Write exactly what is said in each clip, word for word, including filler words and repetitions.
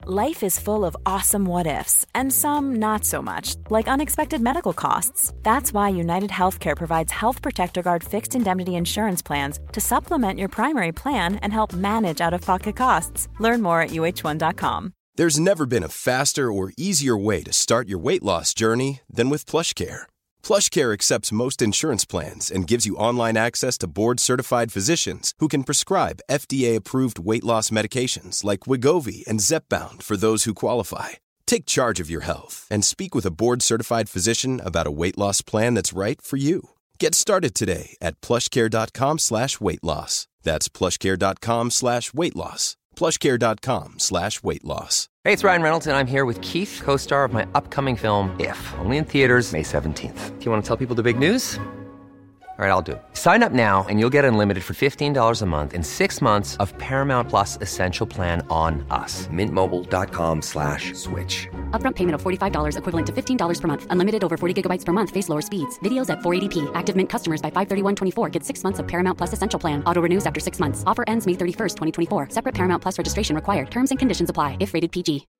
Life is full of awesome what-ifs, and some not so much, like unexpected medical costs. That's why United Healthcare provides Health Protector Guard fixed indemnity insurance plans to supplement your primary plan and help manage out-of-pocket costs. Learn more at U H one dot com. There's never been a faster or easier way to start your weight loss journey than with PlushCare. PlushCare accepts most insurance plans and gives you online access to board-certified physicians who can prescribe F D A-approved weight loss medications like Wegovy and Zepbound for those who qualify. Take charge of your health and speak with a board-certified physician about a weight loss plan that's right for you. Get started today at plushcare.com slash weight loss. That's plushcare.com slash weight loss. plushcare.com slash weight loss. Hey, it's Ryan Reynolds, and I'm here with Keith, co-star of my upcoming film, If, only in theaters May seventeenth. Do you want to tell people the big news? All right, I'll do it. Sign up now and you'll get unlimited for fifteen dollars a month and six months of Paramount Plus Essential Plan on us. Mint Mobile dot com slash switch. Upfront payment of forty-five dollars equivalent to fifteen dollars per month. Unlimited over forty gigabytes per month. Face lower speeds. Videos at four eighty p. Active Mint customers by five thirty-one twenty-four get six months of Paramount Plus Essential Plan. Auto renews after six months. Offer ends May thirty-first, twenty twenty-four. Separate Paramount Plus registration required. Terms and conditions apply if rated P G.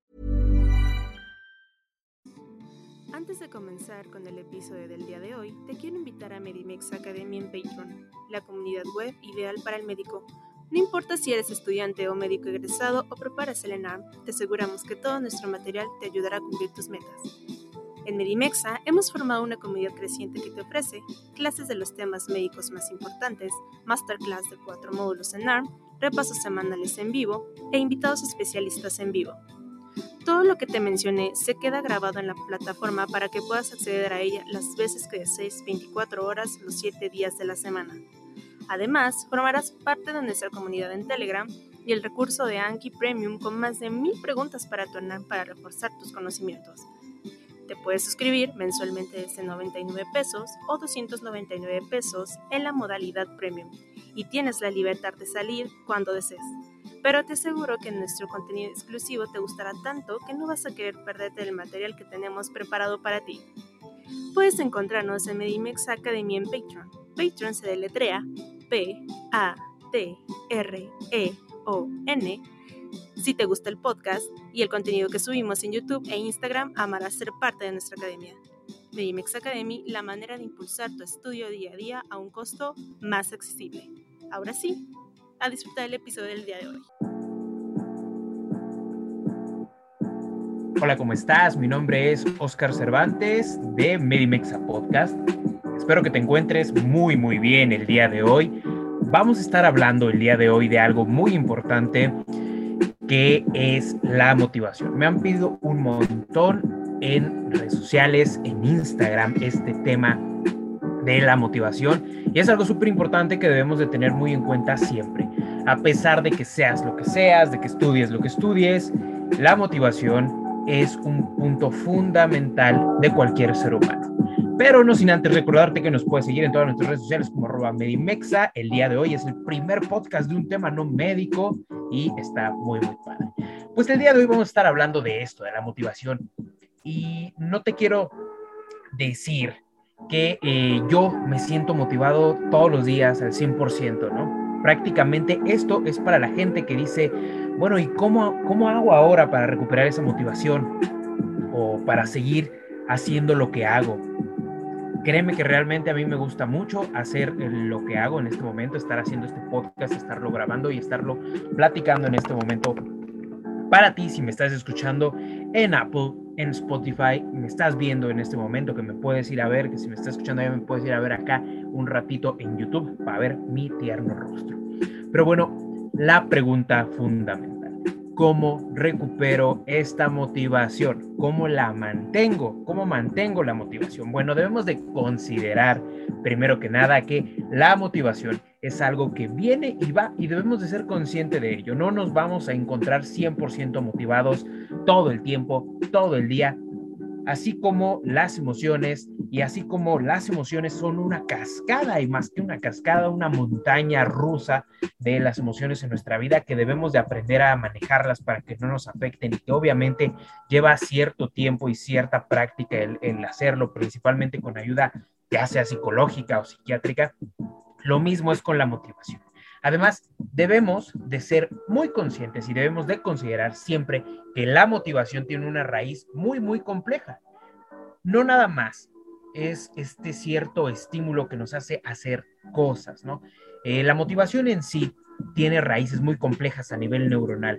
Antes de comenzar con el episodio del día de hoy, te quiero invitar a Medimex Academy en Patreon, la comunidad web ideal para el médico. No importa si eres estudiante o médico egresado o preparas el ENARM, te aseguramos que todo nuestro material te ayudará a cumplir tus metas. En Medimexa hemos formado una comunidad creciente que te ofrece clases de los temas médicos más importantes, masterclass de cuatro módulos en ENARM, repasos semanales en vivo e invitados especialistas en vivo. Todo lo que te mencioné se queda grabado en la plataforma para que puedas acceder a ella las veces que desees, veinticuatro horas, los siete días de la semana. Además, formarás parte de nuestra comunidad en Telegram y el recurso de Anki Premium con más de mil preguntas para tu ENARM para reforzar tus conocimientos. Te puedes suscribir mensualmente desde noventa y nueve pesos o doscientos noventa y nueve pesos en la modalidad Premium y tienes la libertad de salir cuando desees. Pero te aseguro que nuestro contenido exclusivo te gustará tanto que no vas a querer perderte el material que tenemos preparado para ti. Puedes encontrarnos en Medimex Academy en Patreon. Patreon se deletrea P A T R E O N. Si te gusta el podcast y el contenido que subimos en YouTube e Instagram, amarás ser parte de nuestra academia. Medimex Academy, la manera de impulsar tu estudio día a día a un costo más accesible. Ahora sí, a disfrutar el episodio del día de hoy. Hola, ¿cómo estás? Mi nombre es Oscar Cervantes de Medimexa Podcast. Espero que te encuentres muy muy bien el día de hoy. Vamos a estar hablando el día de hoy de algo muy importante que es la motivación. Me han pedido un montón en redes sociales, en Instagram, este tema de la motivación, y es algo súper importante que debemos de tener muy en cuenta siempre. A pesar de que seas lo que seas, de que estudies lo que estudies, la motivación es un punto fundamental de cualquier ser humano. Pero no sin antes recordarte que nos puedes seguir en todas nuestras redes sociales como arroba Medimexa. El día de hoy es el primer podcast de un tema no médico y está muy muy padre. Pues el día de hoy vamos a estar hablando de esto, de la motivación, y no te quiero decir que eh, yo me siento motivado todos los días al cien por ciento, ¿no? Prácticamente esto es para la gente que dice, bueno, ¿y cómo, cómo hago ahora para recuperar esa motivación o para seguir haciendo lo que hago? Créeme que realmente a mí me gusta mucho hacer lo que hago en este momento, estar haciendo este podcast, estarlo grabando y estarlo platicando en este momento para ti. Si me estás escuchando en Apple, en Spotify, me estás viendo en este momento, que me puedes ir a ver, que si me estás escuchando ya me puedes ir a ver acá un ratito en YouTube para ver mi tierno rostro. Pero bueno, la pregunta fundamental: ¿cómo recupero esta motivación? ¿Cómo la mantengo? ¿Cómo mantengo la motivación? Bueno, debemos de considerar, primero que nada, que la motivación es algo que viene y va, y debemos de ser conscientes de ello. No nos vamos a encontrar cien por ciento motivados todo el tiempo, todo el día, así como las emociones, y así como las emociones son una cascada, y más que una cascada, una montaña rusa de las emociones en nuestra vida, que debemos de aprender a manejarlas para que no nos afecten, y que obviamente lleva cierto tiempo y cierta práctica el, el hacerlo, principalmente con ayuda ya sea psicológica o psiquiátrica. Lo mismo es con la motivación. Además, debemos de ser muy conscientes y debemos de considerar siempre que la motivación tiene una raíz muy, muy compleja. No nada más es este cierto estímulo que nos hace hacer cosas, ¿no? Eh, la motivación en sí tiene raíces muy complejas a nivel neuronal.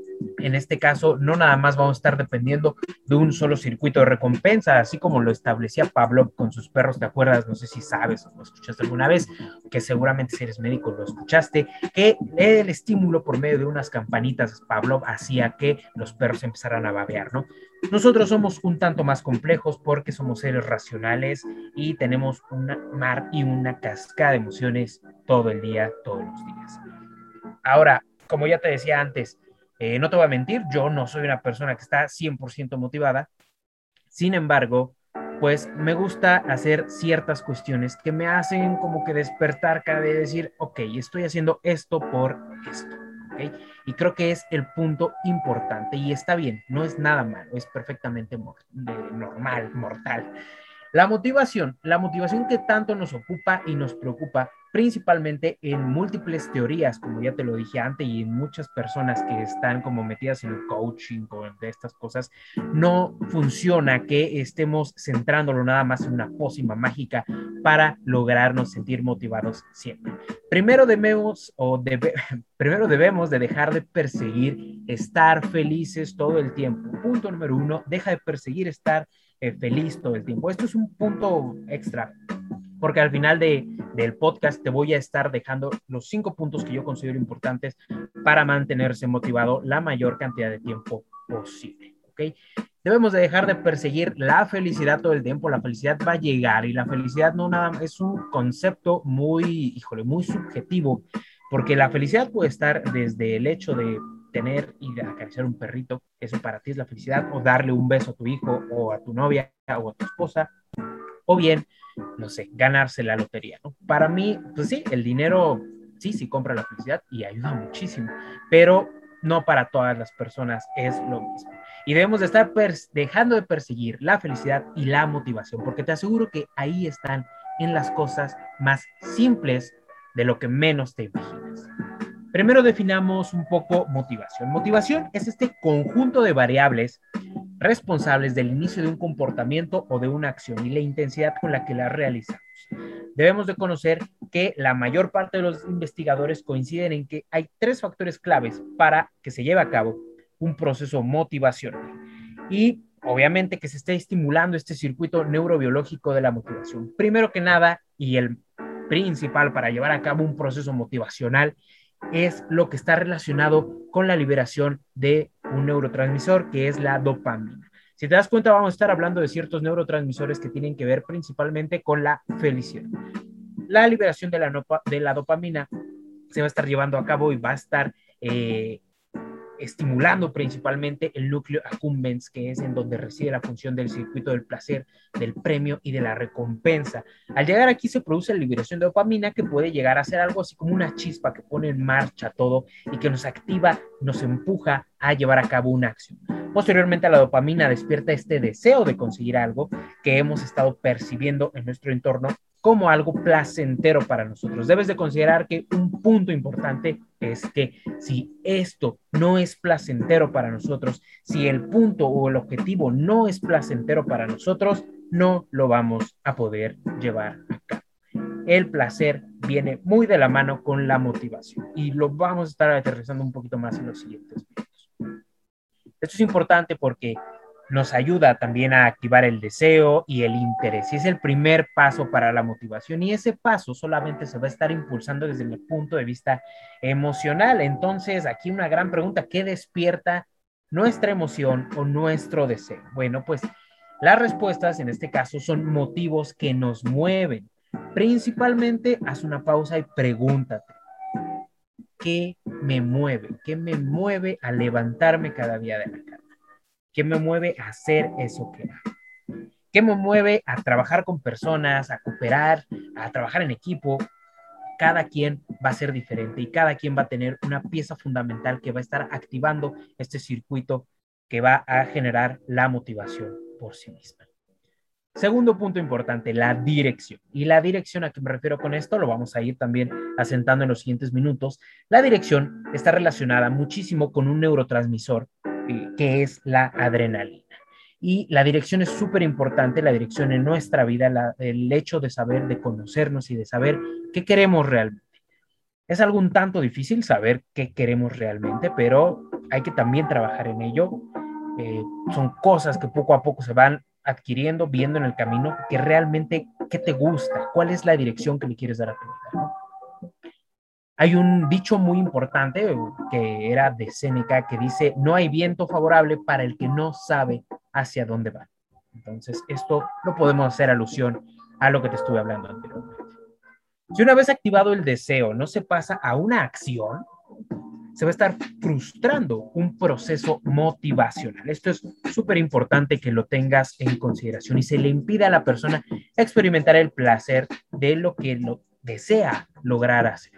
En este caso, no nada más vamos a estar dependiendo de un solo circuito de recompensa, así como lo establecía Pavlov con sus perros, ¿te acuerdas? No sé si sabes o lo escuchaste alguna vez, que seguramente si eres médico lo escuchaste, que el estímulo por medio de unas campanitas Pavlov hacía que los perros empezaran a babear, ¿no? Nosotros somos un tanto más complejos porque somos seres racionales y tenemos un mar y una cascada de emociones todo el día, todos los días. Ahora, como ya te decía antes, Eh, no te voy a mentir, yo no soy una persona que está cien por ciento motivada. Sin embargo, pues me gusta hacer ciertas cuestiones que me hacen como que despertar cada día y decir, ok, estoy haciendo esto por esto, ¿ok? Y creo que es el punto importante y está bien, no es nada malo, es perfectamente mor- normal, mortal. La motivación, la motivación que tanto nos ocupa y nos preocupa, principalmente en múltiples teorías, como ya te lo dije antes, y en muchas personas que están como metidas en el coaching o de estas cosas, no funciona que estemos centrándolo nada más en una pócima mágica para lograrnos sentir motivados siempre. Primero debemos, o debe, primero debemos de dejar de perseguir estar felices todo el tiempo. Punto número uno, deja de perseguir estar Eh, feliz todo el tiempo. Esto es un punto extra, porque al final de, del podcast te voy a estar dejando los cinco puntos que yo considero importantes para mantenerse motivado la mayor cantidad de tiempo posible, ¿ok? Debemos de dejar de perseguir la felicidad todo el tiempo. La felicidad va a llegar y la felicidad no nada más es un concepto muy, híjole, muy subjetivo, porque la felicidad puede estar desde el hecho de tener y de acariciar un perrito, eso para ti es la felicidad, o darle un beso a tu hijo o a tu novia o a tu esposa, o bien, no sé, ganarse la lotería, ¿no? Para mí, pues sí, el dinero sí, sí compra la felicidad y ayuda muchísimo, pero no para todas las personas es lo mismo. Y debemos de estar dejando de perseguir la felicidad y la motivación, porque te aseguro que ahí están en las cosas más simples de lo que menos te imaginas. Primero definamos un poco motivación. Motivación es este conjunto de variables responsables del inicio de un comportamiento o de una acción y la intensidad con la que la realizamos. Debemos de conocer que la mayor parte de los investigadores coinciden en que hay tres factores claves para que se lleve a cabo un proceso motivacional. Y obviamente que se esté estimulando este circuito neurobiológico de la motivación. Primero que nada, y el principal para llevar a cabo un proceso motivacional, es lo que está relacionado con la liberación de un neurotransmisor que es la dopamina. Si te das cuenta, vamos a estar hablando de ciertos neurotransmisores que tienen que ver principalmente con la felicidad. La liberación de la, nopa, de la dopamina se va a estar llevando a cabo y va a estar eh, estimulando principalmente el núcleo accumbens, que es en donde reside la función del circuito del placer, del premio y de la recompensa. Al llegar aquí se produce la liberación de dopamina, que puede llegar a ser algo así como una chispa que pone en marcha todo y que nos activa, nos empuja a llevar a cabo una acción. Posteriormente, la dopamina despierta este deseo de conseguir algo que hemos estado percibiendo en nuestro entorno como algo placentero para nosotros. Debes de considerar que un punto importante es que si esto no es placentero para nosotros, si el punto o el objetivo no es placentero para nosotros, no lo vamos a poder llevar a cabo. El placer viene muy de la mano con la motivación y lo vamos a estar aterrizando un poquito más en los siguientes minutos. Esto es importante porque nos ayuda también a activar el deseo y el interés. Y es el primer paso para la motivación. Y ese paso solamente se va a estar impulsando desde el punto de vista emocional. Entonces, aquí una gran pregunta: ¿qué despierta nuestra emoción o nuestro deseo? Bueno, pues las respuestas en este caso son motivos que nos mueven. Principalmente, haz una pausa y pregúntate: ¿qué me mueve? ¿Qué me mueve a levantarme cada día de la cama? ¿Qué me mueve a hacer eso que hago? ¿Qué me mueve a trabajar con personas, a cooperar, a trabajar en equipo? Cada quien va a ser diferente y cada quien va a tener una pieza fundamental que va a estar activando este circuito que va a generar la motivación por sí misma. Segundo punto importante, la dirección. Y la dirección, ¿a qué me refiero con esto? Lo vamos a ir también asentando en los siguientes minutos. La dirección está relacionada muchísimo con un neurotransmisor eh, que es la adrenalina. Y la dirección es súper importante, la dirección en nuestra vida, la, el hecho de saber, de conocernos y de saber qué queremos realmente. Es algo un tanto difícil saber qué queremos realmente, pero hay que también trabajar en ello. Eh, son cosas que poco a poco se van adquiriendo, viendo en el camino, que realmente, ¿qué te gusta? ¿Cuál es la dirección que le quieres dar a tu vida, ¿no? Hay un dicho muy importante que era de Séneca que dice, no hay viento favorable para el que no sabe hacia dónde va. Entonces, esto lo podemos hacer alusión a lo que te estuve hablando anteriormente. Si una vez activado el deseo no se pasa a una acción, se va a estar frustrando un proceso motivacional. Esto es súper importante que lo tengas en consideración y se le impide a la persona experimentar el placer de lo que lo desea lograr hacer.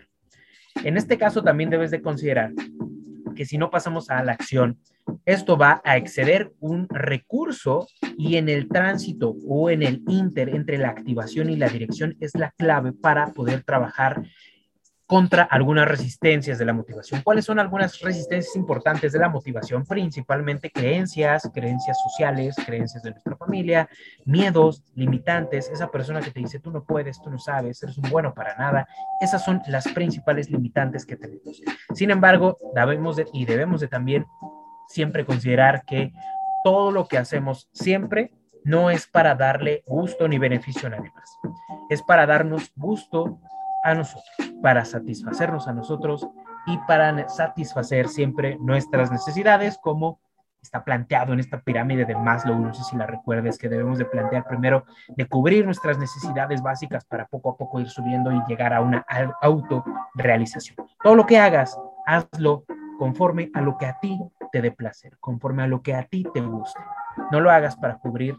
En este caso también debes de considerar que si no pasamos a la acción, esto va a exceder un recurso y en el tránsito o en el inter entre la activación y la dirección es la clave para poder trabajar contra algunas resistencias de la motivación. ¿Cuáles son algunas resistencias importantes de la motivación? Principalmente creencias, creencias sociales, creencias de nuestra familia, miedos, limitantes, esa persona que te dice tú no puedes, tú no sabes, eres un bueno para nada. Esas son las principales limitantes que tenemos. Sin embargo, debemos de, y debemos de también siempre considerar que todo lo que hacemos siempre no es para darle gusto ni beneficio a nadie más. Es para darnos gusto a nosotros, para satisfacernos a nosotros y para satisfacer siempre nuestras necesidades, como está planteado en esta pirámide de Maslow. No sé si la recuerdes, que debemos de plantear primero de cubrir nuestras necesidades básicas para poco a poco ir subiendo y llegar a una autorrealización. Todo lo que hagas, hazlo conforme a lo que a ti te dé placer, conforme a lo que a ti te guste. No lo hagas para cubrir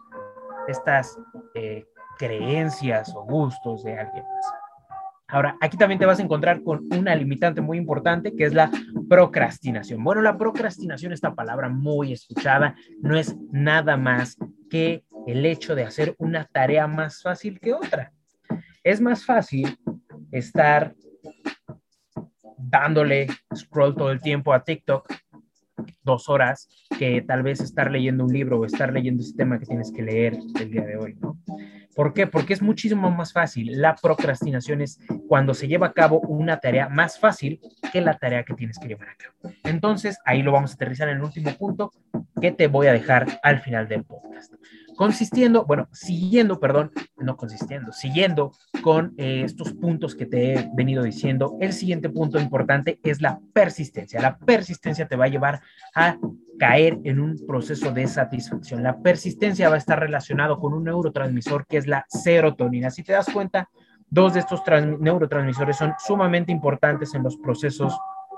estas eh, creencias o gustos de alguien más. Ahora, aquí también te vas a encontrar con una limitante muy importante, que es la procrastinación. Bueno, la procrastinación, esta palabra muy escuchada, no es nada más que el hecho de hacer una tarea más fácil que otra. Es más fácil estar dándole scroll todo el tiempo a TikTok, dos horas, que tal vez estar leyendo un libro o estar leyendo ese tema que tienes que leer el día de hoy, ¿no? ¿Por qué? Porque es muchísimo más fácil. La procrastinación es cuando se lleva a cabo una tarea más fácil que la tarea que tienes que llevar a cabo. Entonces, ahí lo vamos a aterrizar en el último punto que te voy a dejar al final del podcast. Consistiendo, bueno, siguiendo, perdón, no consistiendo, siguiendo con eh, estos puntos que te he venido diciendo, el siguiente punto importante es la persistencia. La persistencia te va a llevar a caer en un proceso de satisfacción. La persistencia va a estar relacionado con un neurotransmisor que es la serotonina. Si te das cuenta, dos de estos neurotransmisores son sumamente importantes en los procesos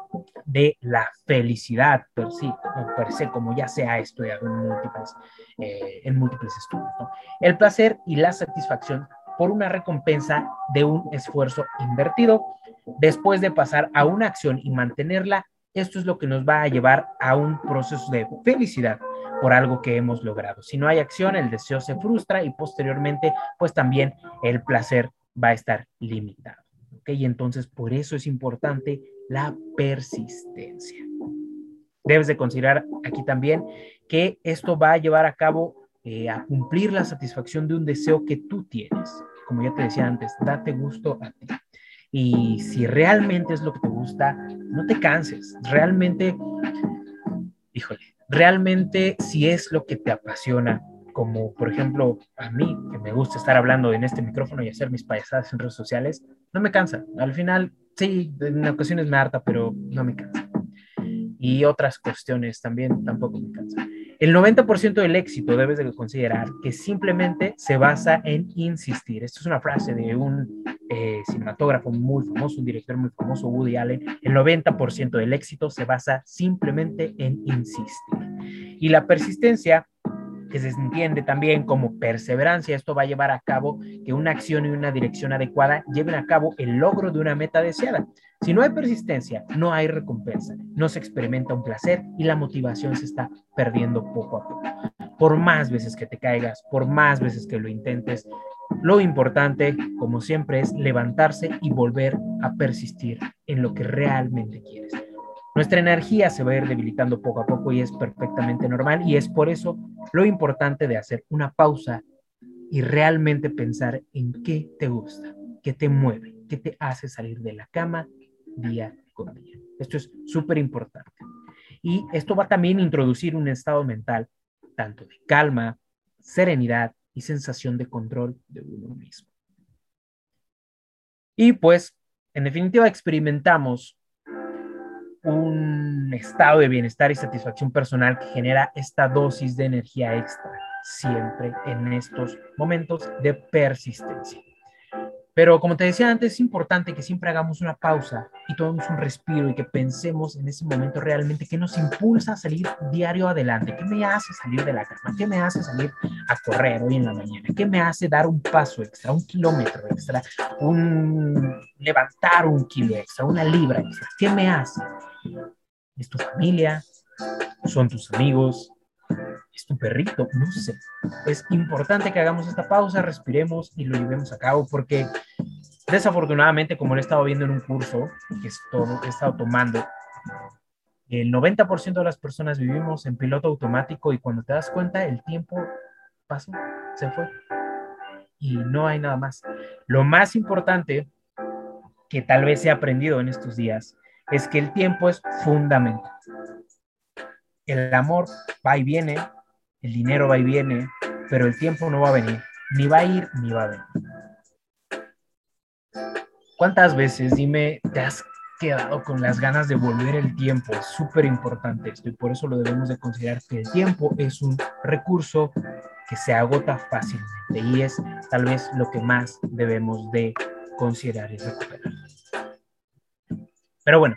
de la felicidad per se, per se como ya se ha estudiado en múltiples, eh, en múltiples estudios, ¿no? El placer y la satisfacción por una recompensa de un esfuerzo invertido después de pasar a una acción y mantenerla. Esto es lo que nos va a llevar a un proceso de felicidad por algo que hemos logrado. Si no hay acción, el deseo se frustra y posteriormente, pues también el placer va a estar limitado. ¿Ok? Y entonces, por eso es importante la persistencia. Debes de considerar aquí también que esto va a llevar a cabo eh, a cumplir la satisfacción de un deseo que tú tienes. Como ya te decía antes, date gusto a ti. Y si realmente es lo que te gusta, no te canses. Realmente, híjole, realmente si es lo que te apasiona, como por ejemplo a mí, que me gusta estar hablando en este micrófono y hacer mis payasadas en redes sociales, no me cansa. Al final, sí, en ocasiones me harta, pero no me cansa. Y otras cuestiones también tampoco me cansan. El noventa por ciento del éxito debes de considerar que simplemente se basa en insistir. Esto es una frase de un eh, cinematógrafo muy famoso, un director muy famoso, Woody Allen. El noventa por ciento del éxito se basa simplemente en insistir. Y la persistencia, que se entiende también como perseverancia, esto va a llevar a cabo que una acción y una dirección adecuada lleven a cabo el logro de una meta deseada. Si no hay persistencia, no hay recompensa, no se experimenta un placer y la motivación se está perdiendo poco a poco. por más veces que te caigas, por más veces que lo intentes, lo importante, como siempre, es levantarse y volver a persistir en lo que realmente quieres. Nuestra energía se va a ir debilitando poco a poco y es perfectamente normal, y es por eso lo importante de hacer una pausa y realmente pensar en qué te gusta, qué te mueve, qué te hace salir de la cama día con día. Esto es súper importante. Y esto va también a introducir un estado mental tanto de calma, serenidad y sensación de control de uno mismo. Y pues, en definitiva, experimentamos un estado de bienestar y satisfacción personal que genera esta dosis de energía extra siempre en estos momentos de persistencia. Pero como te decía antes, es importante que siempre hagamos una pausa y tomemos un respiro y que pensemos en ese momento realmente qué nos impulsa a salir diario adelante, qué me hace salir de la cama, qué me hace salir a correr hoy en la mañana, qué me hace dar un paso extra, un kilómetro extra, un levantar un kilo extra, una libra extra, ¿qué me hace? ¿Es tu familia? ¿Son tus amigos? ¿Es tu perrito? No sé. Es importante que hagamos esta pausa, respiremos y lo llevemos a cabo, porque desafortunadamente, como lo he estado viendo en un curso que he estado tomando, el noventa por ciento de las personas vivimos en piloto automático y cuando te das cuenta el tiempo pasó, se fue y no hay nada más. Lo más importante que tal vez he aprendido en estos días es que el tiempo es fundamental. El amor va y viene, el dinero va y viene, pero el tiempo no va a venir, ni va a ir, ni va a venir. ¿Cuántas veces, dime, te has quedado con las ganas de volver el tiempo? Es súper importante esto y por eso lo debemos de considerar, que el tiempo es un recurso que se agota fácilmente y es tal vez lo que más debemos de considerar y recuperar. Pero bueno,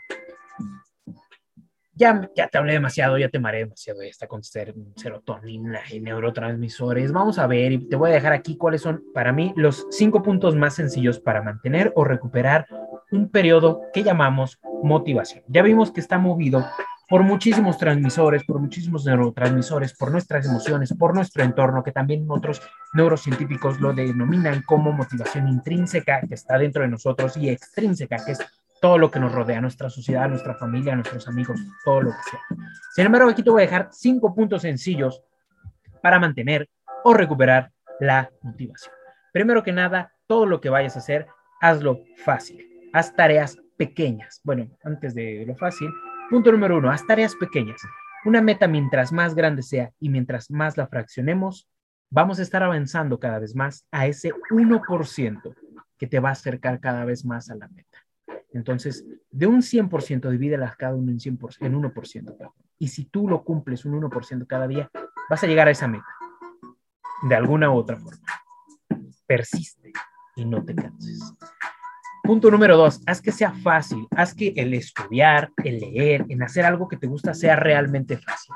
Ya, ya te hablé demasiado, ya te mareé demasiado de esta con ser, serotonina y neurotransmisores. Vamos a ver, y te voy a dejar aquí cuáles son para mí los cinco puntos más sencillos para mantener o recuperar un periodo que llamamos motivación. Ya vimos que está movido por muchísimos transmisores, por muchísimos neurotransmisores, por nuestras emociones, por nuestro entorno, que también otros neurocientíficos lo denominan como motivación intrínseca, que está dentro de nosotros, y extrínseca, que es todo lo que nos rodea, nuestra sociedad, nuestra familia, nuestros amigos, todo lo que sea. Sin embargo, aquí te voy a dejar cinco puntos sencillos para mantener o recuperar la motivación. Primero que nada, todo lo que vayas a hacer, hazlo fácil. Haz tareas pequeñas. Bueno, antes de lo fácil, punto número uno, haz tareas pequeñas. Una meta, mientras más grande sea y mientras más la fraccionemos, vamos a estar avanzando cada vez más a ese uno por ciento que te va a acercar cada vez más a la meta. Entonces, de un cien por ciento, divídelas cada uno en, cien por ciento, en uno por ciento. Y si tú lo cumples un uno por ciento cada día, vas a llegar a esa meta. De alguna u otra forma. Persiste y no te canses. Punto número dos, haz que sea fácil. Haz que el estudiar, el leer, en hacer algo que te gusta sea realmente fácil.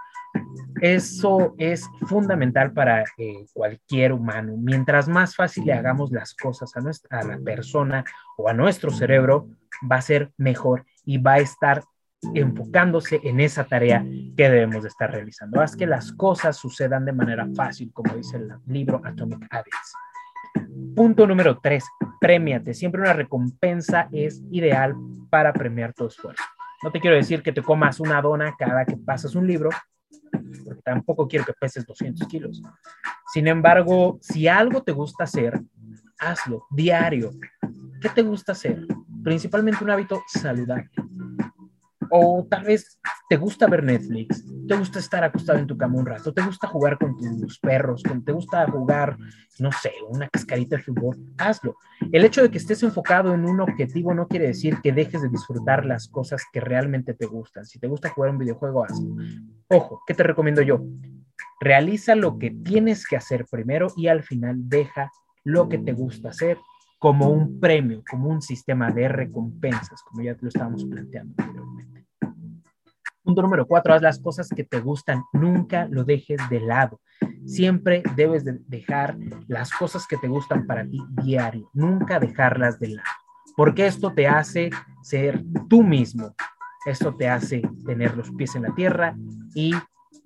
Eso es fundamental para eh, cualquier humano. Mientras más fácil le hagamos las cosas a, nuestra, a la persona o a nuestro cerebro, va a ser mejor y va a estar enfocándose en esa tarea que debemos de estar realizando. Haz que las cosas sucedan de manera fácil, como dice el libro Atomic Habits. Punto número tres, premiate. Siempre una recompensa es ideal para premiar tu esfuerzo. No te quiero decir que te comas una dona cada que pasas un libro, porque tampoco quiero que peses doscientos kilos. Sin embargo, si algo te gusta hacer, hazlo diario. ¿Qué te gusta hacer? Principalmente un hábito saludable. O tal vez te gusta ver Netflix, te gusta estar acostado en tu cama un rato, te gusta jugar con tus perros, te gusta jugar, no sé, una cascarita de fútbol, hazlo. El hecho de que estés enfocado en un objetivo no quiere decir que dejes de disfrutar las cosas que realmente te gustan. Si te gusta jugar un videojuego, hazlo. Ojo, ¿qué te recomiendo yo? Realiza lo que tienes que hacer primero y al final deja lo que te gusta hacer como un premio, como un sistema de recompensas, como ya te lo estábamos planteando anteriormente. Punto número cuatro, haz las cosas que te gustan, nunca lo dejes de lado. Siempre debes de dejar las cosas que te gustan para ti diario, nunca dejarlas de lado, porque esto te hace ser tú mismo, esto te hace tener los pies en la tierra y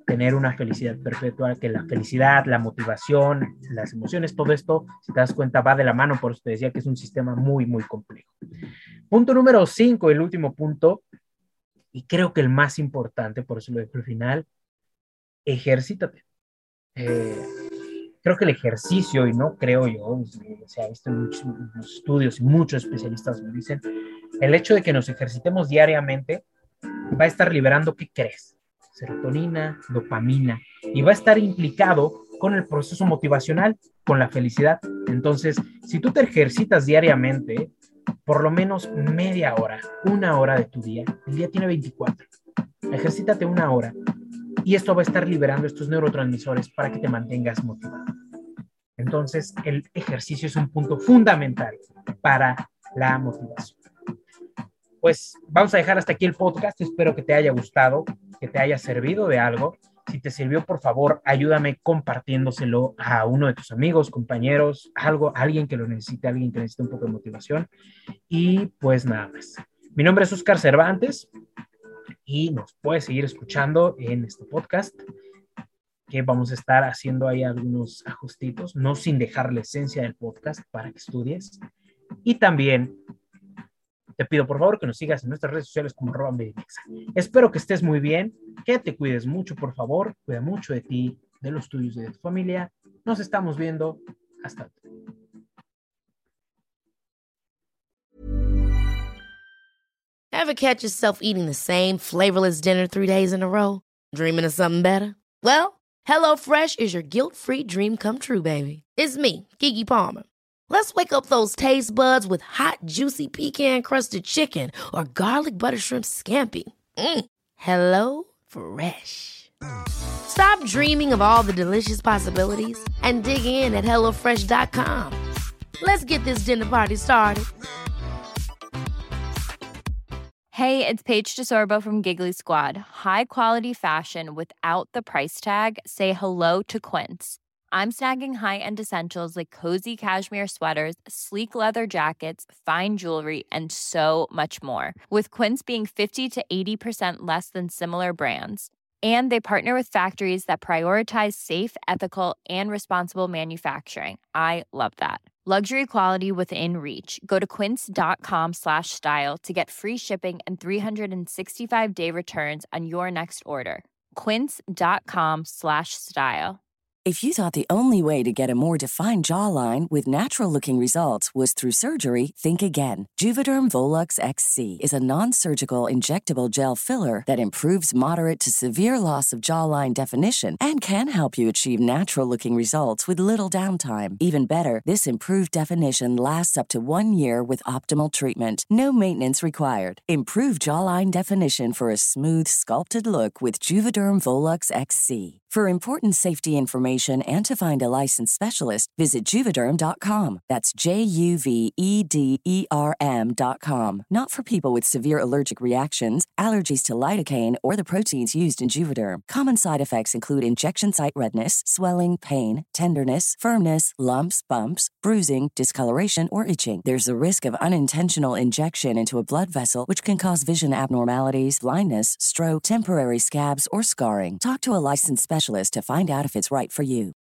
tener una felicidad perpetua, que la felicidad, la motivación, las emociones, todo esto, si te das cuenta, va de la mano. Por eso te decía que es un sistema muy, muy complejo. Punto número cinco, el último punto, y creo que el más importante, por eso lo dejo al final, ejercítate. Eh, creo que el ejercicio, y no creo yo, se ha visto en muchos, muchos estudios y muchos especialistas me dicen, el hecho de que nos ejercitemos diariamente va a estar liberando, ¿qué crees? Serotonina, dopamina, y va a estar implicado con el proceso motivacional, con la felicidad. Entonces, si tú te ejercitas diariamente, por lo menos media hora, una hora de tu día, el día tiene veinticuatro, ejercítate una hora, y esto va a estar liberando estos neurotransmisores para que te mantengas motivado. Entonces, el ejercicio es un punto fundamental para la motivación. Pues vamos a dejar hasta aquí el podcast. Espero que te haya gustado, que te haya servido de algo. Si te sirvió, por favor, ayúdame compartiéndoselo a uno de tus amigos, compañeros, algo, alguien que lo necesite, alguien que necesite un poco de motivación. Y pues nada más. Mi nombre es Oscar Cervantes y nos puedes seguir escuchando en este podcast, que vamos a estar haciendo ahí algunos ajustitos, no sin dejar la esencia del podcast para que estudies. Y también te pido por favor que nos sigas en nuestras redes sociales como arroba Medimexa. Espero que estés muy bien, que te cuides mucho, por favor, cuida mucho de ti, de los tuyos y de tu familia. Nos estamos viendo. Hasta luego. Ever catch yourself eating the same flavorless dinner three days in a row? Dreaming of something better? Well, HelloFresh is your guilt-free dream come true, baby. It's me, Keke Palmer. Let's wake up those taste buds with hot, juicy pecan-crusted chicken or garlic butter shrimp scampi. Mm. Hello Fresh. Stop dreaming of all the delicious possibilities and dig in at hello fresh dot com. Let's get this dinner party started. Hey, it's Paige DeSorbo from Giggly Squad. High quality fashion without the price tag. Say hello to Quince. I'm snagging high-end essentials like cozy cashmere sweaters, sleek leather jackets, fine jewelry, and so much more. With Quince being fifty to eighty percent less than similar brands. And they partner with factories that prioritize safe, ethical, and responsible manufacturing. I love that. Luxury quality within reach. Go to quince.com slash style to get free shipping and three sixty-five day returns on your next order. Quince.com slash style. If you thought the only way to get a more defined jawline with natural-looking results was through surgery, think again. Juvederm Volux X C is a non-surgical injectable gel filler that improves moderate to severe loss of jawline definition and can help you achieve natural-looking results with little downtime. Even better, this improved definition lasts up to one year with optimal treatment. No maintenance required. Improve jawline definition for a smooth, sculpted look with Juvederm Volux X C. For important safety information and to find a licensed specialist, visit Juvederm dot com. That's J U V E D E R M dot com. Not for people with severe allergic reactions, allergies to lidocaine, or the proteins used in Juvederm. Common side effects include injection site redness, swelling, pain, tenderness, firmness, lumps, bumps, bruising, discoloration, or itching. There's a risk of unintentional injection into a blood vessel, which can cause vision abnormalities, blindness, stroke, temporary scabs, or scarring. Talk to a licensed specialist to find out if it's right for you.